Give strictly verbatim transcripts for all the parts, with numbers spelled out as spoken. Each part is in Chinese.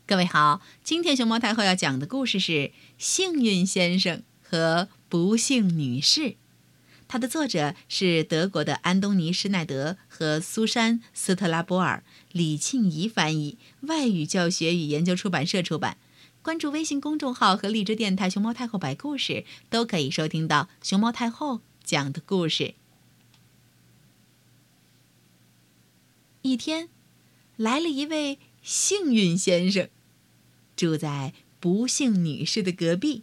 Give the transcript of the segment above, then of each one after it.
各位好，今天熊猫太后要讲的故事是《幸运先生和不幸女士》，它的作者是德国的安东尼·施耐德和苏珊·斯特拉波尔，李庆怡翻译，外语教学与研究出版社出版。关注微信公众号和荔枝电台熊猫太后摆故事，都可以收听到熊猫太后讲的故事。一天，来了一位幸运先生，住在不幸女士的隔壁。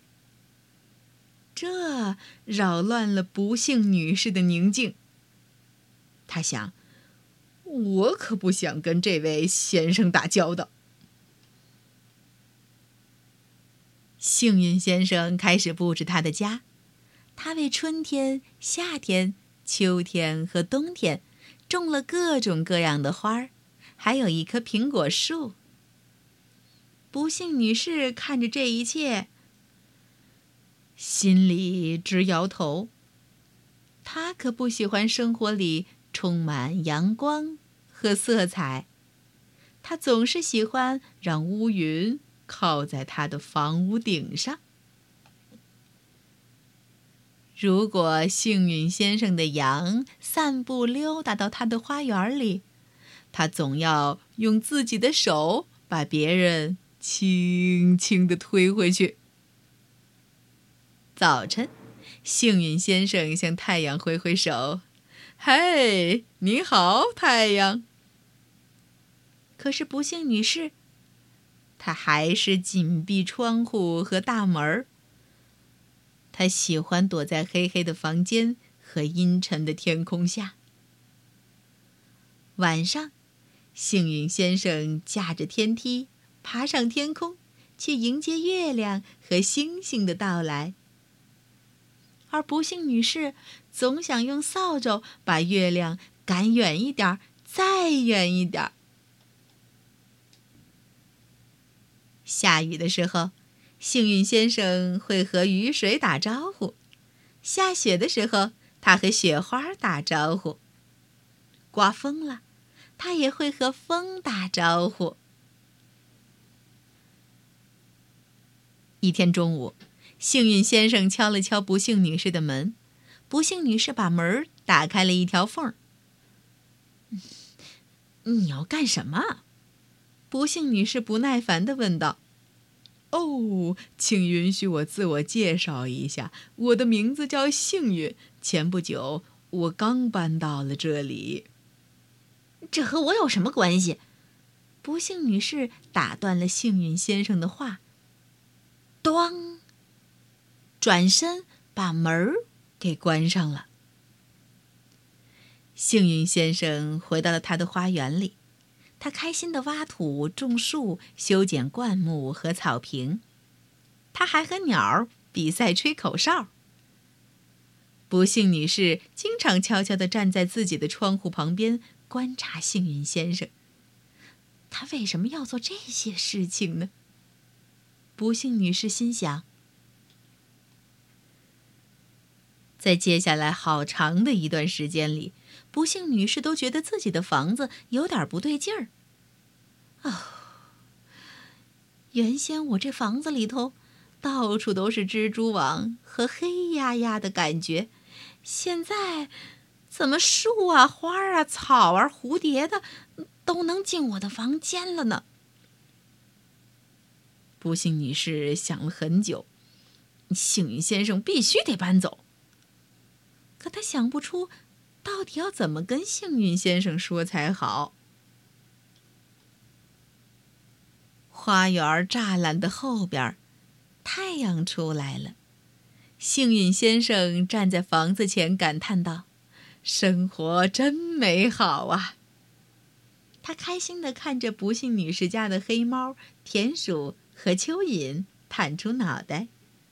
这扰乱了不幸女士的宁静。她想，我可不想跟这位先生打交道。幸运先生开始布置他的家，他为春天、夏天、秋天和冬天种了各种各样的花儿，还有一棵苹果树。不幸女士看着这一切，心里直摇头。她可不喜欢生活里充满阳光和色彩，她总是喜欢让乌云靠在她的房屋顶上。如果幸运先生的羊散步溜达到他的花园里，他总要用自己的手把别人轻轻地推回去。早晨，幸运先生向太阳挥挥手，嘿，你好，太阳。可是不幸女士，她还是紧闭窗户和大门。她喜欢躲在黑黑的房间和阴沉的天空下。晚上，幸运先生驾着天梯爬上天空，去迎接月亮和星星的到来。而不幸女士总想用扫帚把月亮赶远一点，再远一点。下雨的时候，幸运先生会和雨水打招呼；下雪的时候，他和雪花打招呼；刮风了，他也会和风打招呼。一天中午，幸运先生敲了敲不幸女士的门，不幸女士把门打开了一条缝。你要干什么？不幸女士不耐烦地问道。哦，请允许我自我介绍一下，我的名字叫幸运，前不久我刚搬到了这里。这和我有什么关系？不幸女士打断了幸运先生的话，咣，转身把门给关上了。幸运先生回到了他的花园里，他开心地挖土、种树、修剪灌木和草坪。他还和鸟儿比赛吹口哨。不幸女士经常悄悄地站在自己的窗户旁边观察幸运先生。他为什么要做这些事情呢？不幸女士心想。在接下来好长的一段时间里，不幸女士都觉得自己的房子有点不对劲儿。哦，原先我这房子里头到处都是蜘蛛网和黑压压的感觉，现在怎么树啊、花啊、草啊、蝴蝶的都能进我的房间了呢？不幸女士想了很久，幸运先生必须得搬走。可她想不出到底要怎么跟幸运先生说才好。花园栅栏的后边，太阳出来了。幸运先生站在房子前感叹道：生活真美好啊！他开心地看着不幸女士家的黑猫、田鼠和蚯蚓探出脑袋。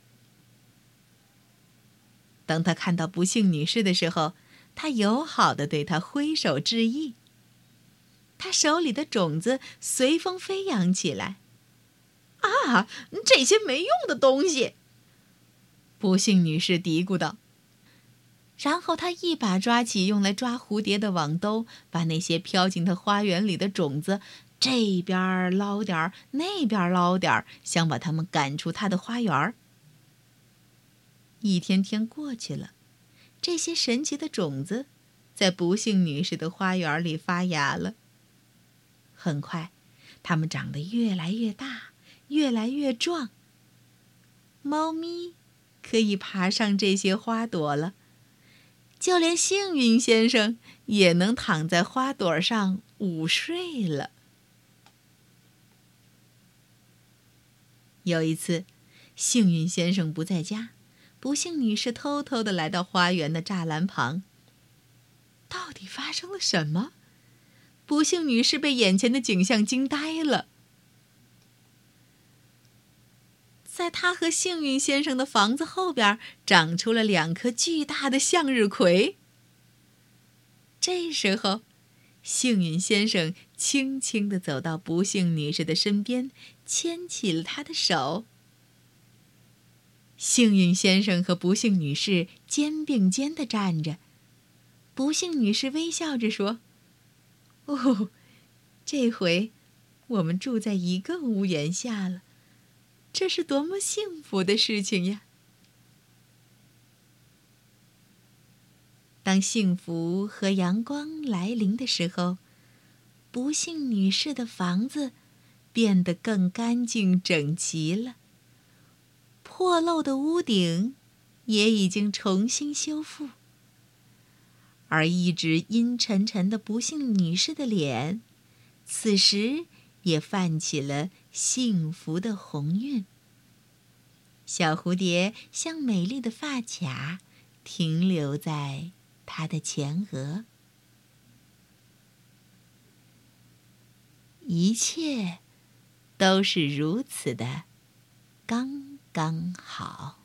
当他看到不幸女士的时候，他友好地对她挥手致意。他手里的种子随风飞扬起来。啊，这些没用的东西！不幸女士嘀咕道。然后她一把抓起用来抓蝴蝶的网兜，把那些飘进她花园里的种子这边捞点儿，那边捞点儿，想把他们赶出他的花园。一天天过去了，这些神奇的种子在不幸女士的花园里发芽了。很快，它们长得越来越大，越来越壮。猫咪可以爬上这些花朵了，就连幸运先生也能躺在花朵上午睡了。有一次，幸运先生不在家，不幸女士偷偷地来到花园的栅栏旁。到底发生了什么？不幸女士被眼前的景象惊呆了。在她和幸运先生的房子后边，长出了两颗巨大的向日葵。这时候，幸运先生轻轻地走到不幸女士的身边，牵起了她的手。幸运先生和不幸女士肩并肩地站着，不幸女士微笑着说：“哦，这回我们住在一个屋檐下了，这是多么幸福的事情呀！”当幸福和阳光来临的时候，不幸女士的房子变得更干净整齐了，破漏的屋顶也已经重新修复，而一直阴沉沉的不幸女士的脸，此时也泛起了幸福的红晕。小蝴蝶像美丽的发卡，停留在她的前额。一切都是如此的刚刚好。